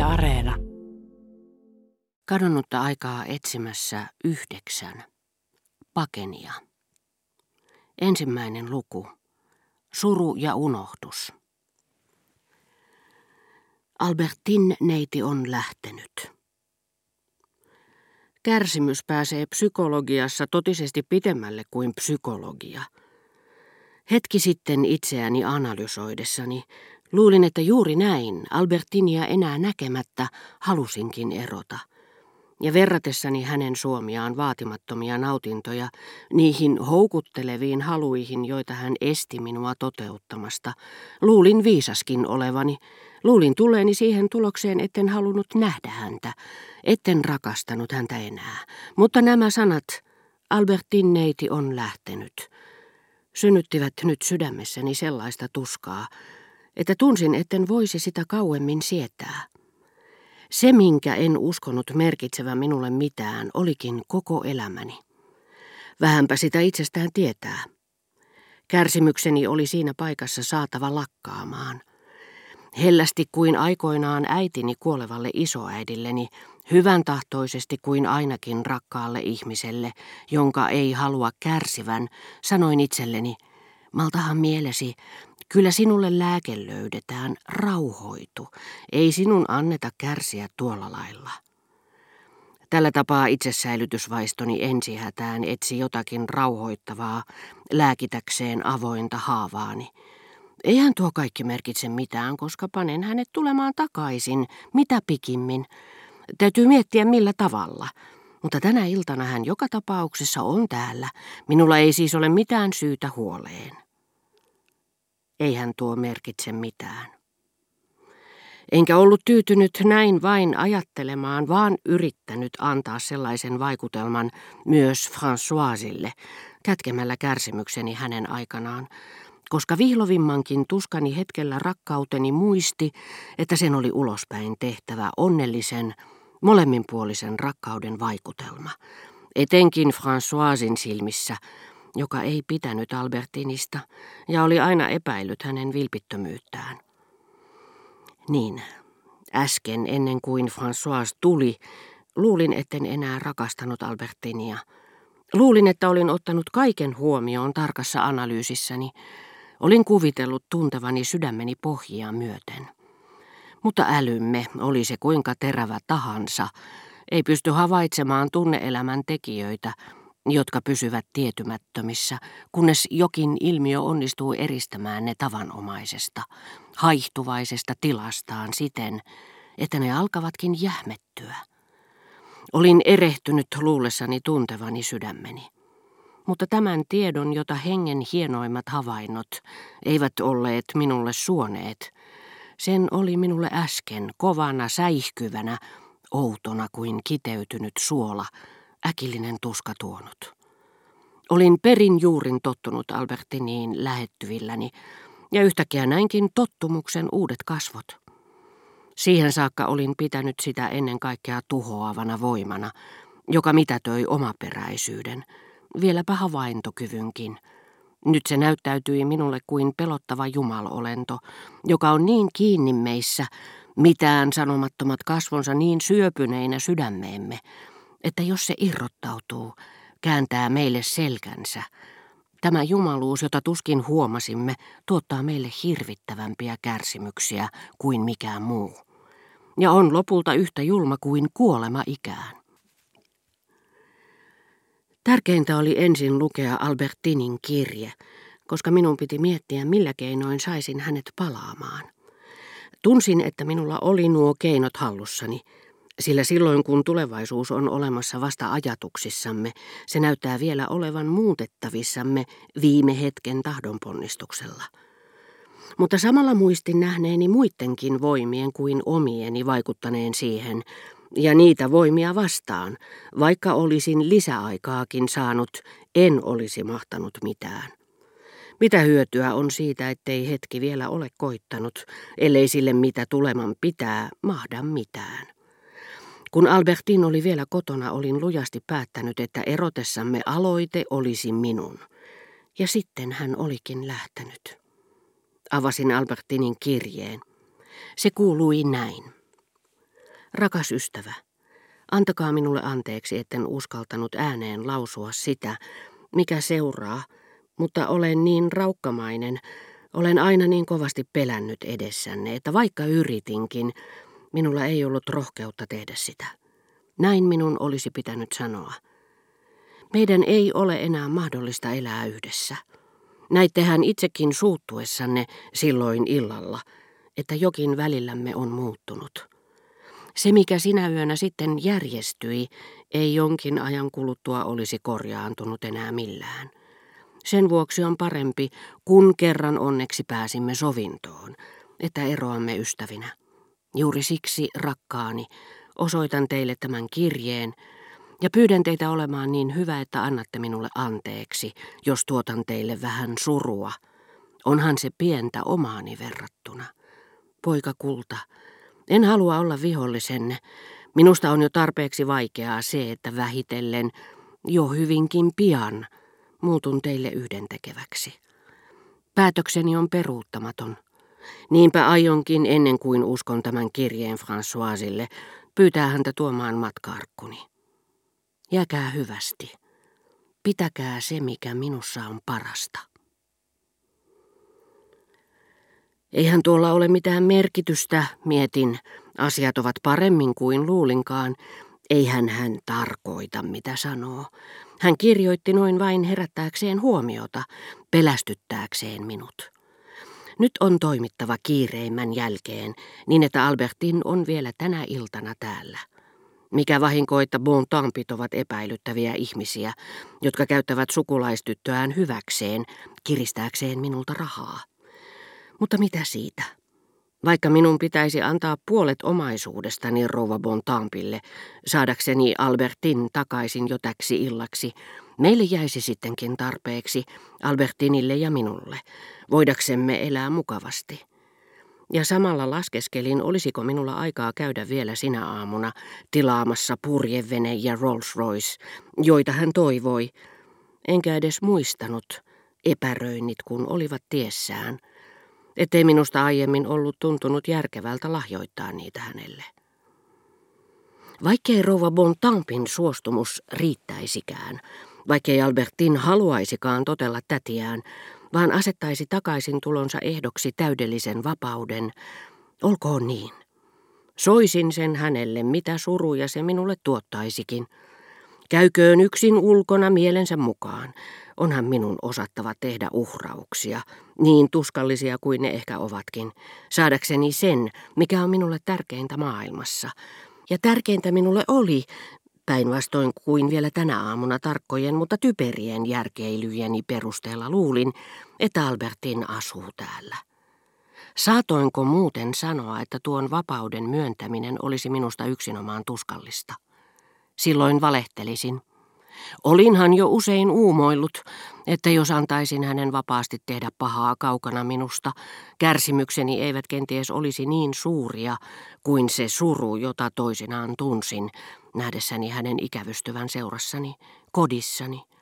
Areena. Kadonnutta aikaa etsimässä 9. Pakenia. Ensimmäinen luku. Suru ja unohdus. Albertine-neiti on lähtenyt. Kärsimys pääsee psykologiassa totisesti pitemmälle kuin psykologia. Hetki sitten itseäni analysoidessani luulin, että juuri näin, Albertinia enää näkemättä, halusinkin erota. Ja verratessani hänen suomiaan vaatimattomia nautintoja niihin houkutteleviin haluihin, joita hän esti minua toteuttamasta, luulin viisaskin olevani. Luulin tulleeni siihen tulokseen, etten halunnut nähdä häntä, etten rakastanut häntä enää. Mutta nämä sanat, Albertine-neiti on lähtenyt, synnyttivät nyt sydämessäni sellaista tuskaa, että tunsin, etten voisi sitä kauemmin sietää. Se, minkä en uskonut merkitsevän minulle mitään, olikin koko elämäni. Vähänpä sitä itsestään tietää. Kärsimykseni oli siinä paikassa saatava lakkaamaan. Hellästi kuin aikoinaan äitini kuolevalle isoäidilleni, hyvän tahtoisesti kuin ainakin rakkaalle ihmiselle, jonka ei halua kärsivän, sanoin itselleni, maltahan mielesi, kyllä sinulle lääke löydetään, rauhoitu, ei sinun anneta kärsiä tuolla lailla. Tällä tapaa itsesäilytysvaistoni ensihätään etsi jotakin rauhoittavaa, lääkitäkseen avointa haavaani. Eihän tuo kaikki merkitse mitään, koska panen hänet tulemaan takaisin, mitä pikimmin. Täytyy miettiä millä tavalla, mutta tänä iltana hän joka tapauksessa on täällä. Minulla ei siis ole mitään syytä huoleen. Eihän tuo merkitse mitään. Enkä ollut tyytynyt näin vain ajattelemaan, vaan yrittänyt antaa sellaisen vaikutelman myös Françoisille, kätkemällä kärsimykseni hänen aikanaan, koska vihlovimmankin tuskani hetkellä rakkauteni muisti, että sen oli ulospäin tehtävä onnellisen, molemminpuolisen rakkauden vaikutelma, etenkin Françoisin silmissä, joka ei pitänyt Albertinista ja oli aina epäillyt hänen vilpittömyyttään. Niin, äsken ennen kuin François tuli, luulin, etten enää rakastanut Albertinia. Luulin, että olin ottanut kaiken huomioon tarkassa analyysissäni. Olin kuvitellut tuntevani sydämeni pohjia myöten. Mutta älymme, oli se kuinka terävä tahansa, ei pysty havaitsemaan tunneelämän tekijöitä, jotka pysyvät tietymättömissä, kunnes jokin ilmiö onnistuu eristämään ne tavanomaisesta, haihtuvaisesta tilastaan siten, että ne alkavatkin jähmettyä. Olin erehtynyt luullessani tuntevani sydämeni. Mutta tämän tiedon, jota hengen hienoimmat havainnot eivät olleet minulle suoneet, sen oli minulle äsken kovana, säihkyvänä, outona kuin kiteytynyt suola, äkillinen tuska tuonut. Olin perin juurin tottunut Albertiniin lähettyvilläni, ja yhtäkkiä näinkin tottumuksen uudet kasvot. Siihen saakka olin pitänyt sitä ennen kaikkea tuhoavana voimana, joka mitätöi omaperäisyyden, vieläpä havaintokyvynkin. Nyt se näyttäytyi minulle kuin pelottava jumalolento, joka on niin kiinni meissä, mitään sanomattomat kasvonsa niin syöpyneinä sydämeemme, että jos se irrottautuu, kääntää meille selkänsä, tämä jumaluus, jota tuskin huomasimme, tuottaa meille hirvittävämpiä kärsimyksiä kuin mikään muu. Ja on lopulta yhtä julma kuin kuolema ikään. Tärkeintä oli ensin lukea Albertinin kirje, koska minun piti miettiä, millä keinoin saisin hänet palaamaan. Tunsin, että minulla oli nuo keinot hallussani, sillä silloin kun tulevaisuus on olemassa vasta ajatuksissamme, se näyttää vielä olevan muutettavissamme viime hetken tahdonponnistuksella. Mutta samalla muistin nähneeni muidenkin voimien kuin omieni vaikuttaneen siihen, ja niitä voimia vastaan, vaikka olisin lisäaikaakin saanut, en olisi mahtanut mitään. Mitä hyötyä on siitä, ettei hetki vielä ole koittanut, ellei sille mitä tuleman pitää mahda mitään. Kun Albertine oli vielä kotona, olin lujasti päättänyt, että erotessamme aloite olisi minun. Ja sitten hän olikin lähtenyt. Avasin Albertinin kirjeen. Se kuului näin. Rakas ystävä, antakaa minulle anteeksi, etten uskaltanut ääneen lausua sitä, mikä seuraa, mutta olen niin raukkamainen, olen aina niin kovasti pelännyt edessänne, että vaikka yritinkin, minulla ei ollut rohkeutta tehdä sitä. Näin minun olisi pitänyt sanoa. Meidän ei ole enää mahdollista elää yhdessä. Näittehän itsekin suuttuessanne silloin illalla, että jokin välillämme on muuttunut. Se, mikä sinä yönä sitten järjestyi, ei jonkin ajan kuluttua olisi korjaantunut enää millään. Sen vuoksi on parempi, kun kerran onneksi pääsimme sovintoon, että eroamme ystävinä. Juuri siksi, rakkaani, osoitan teille tämän kirjeen ja pyydän teitä olemaan niin hyvä, että annatte minulle anteeksi, jos tuotan teille vähän surua. Onhan se pientä omaani verrattuna. Poika kulta, en halua olla vihollisenne. Minusta on jo tarpeeksi vaikeaa se, että vähitellen, jo hyvinkin pian, muutun teille yhdentekeväksi. Päätökseni on peruuttamaton. Niinpä aionkin ennen kuin uskon tämän kirjeen Françoisille, pyytää häntä tuomaan matka-arkkuni. Jääkää hyvästi. Pitäkää se, mikä minussa on parasta. Eihän tuolla ole mitään merkitystä, mietin. Asiat ovat paremmin kuin luulinkaan. Eihän hän tarkoita, mitä sanoo. Hän kirjoitti noin vain herättääkseen huomiota, pelästyttääkseen minut. Nyt on toimittava kiireimmän jälkeen, niin että Albertine on vielä tänä iltana täällä. Mikä vahinko, että Bontampit ovat epäilyttäviä ihmisiä, jotka käyttävät sukulaistyttöään hyväkseen, kiristääkseen minulta rahaa. Mutta mitä siitä? Vaikka minun pitäisi antaa puolet omaisuudestani rouva Bontampille, saadakseni Albertine takaisin jo täksi illaksi, meille jäisi sittenkin tarpeeksi, Albertinille ja minulle, voidaksemme elää mukavasti. Ja samalla laskeskelin, olisiko minulla aikaa käydä vielä sinä aamuna tilaamassa purjevene ja Rolls-Royce, joita hän toivoi, enkä edes muistanut, epäröinnit kun olivat tiessään, ettei minusta aiemmin ollut tuntunut järkevältä lahjoittaa niitä hänelle. Vaikkei rouva Bontampin suostumus riittäisikään, vaikkei Albertine haluaisikaan totella tätiään, vaan asettaisi takaisin tulonsa ehdoksi täydellisen vapauden, olkoon niin. Soisin sen hänelle, mitä suruja se minulle tuottaisikin. Käyköön yksin ulkona mielensä mukaan. Onhan minun osattava tehdä uhrauksia, niin tuskallisia kuin ne ehkä ovatkin, saadakseni sen, mikä on minulle tärkeintä maailmassa. Ja tärkeintä minulle oli, päinvastoin kuin vielä tänä aamuna tarkkojen, mutta typerien järkeilyjeni perusteella luulin, että Albertine asuu täällä. Saatoinko muuten sanoa, että tuon vapauden myöntäminen olisi minusta yksinomaan tuskallista? Silloin valehtelisin. Olinhan jo usein uumoillut, että jos antaisin hänen vapaasti tehdä pahaa kaukana minusta, kärsimykseni eivät kenties olisi niin suuria kuin se suru, jota toisinaan tunsin, nähdessäni hänen ikävystyvän seurassani, kodissani,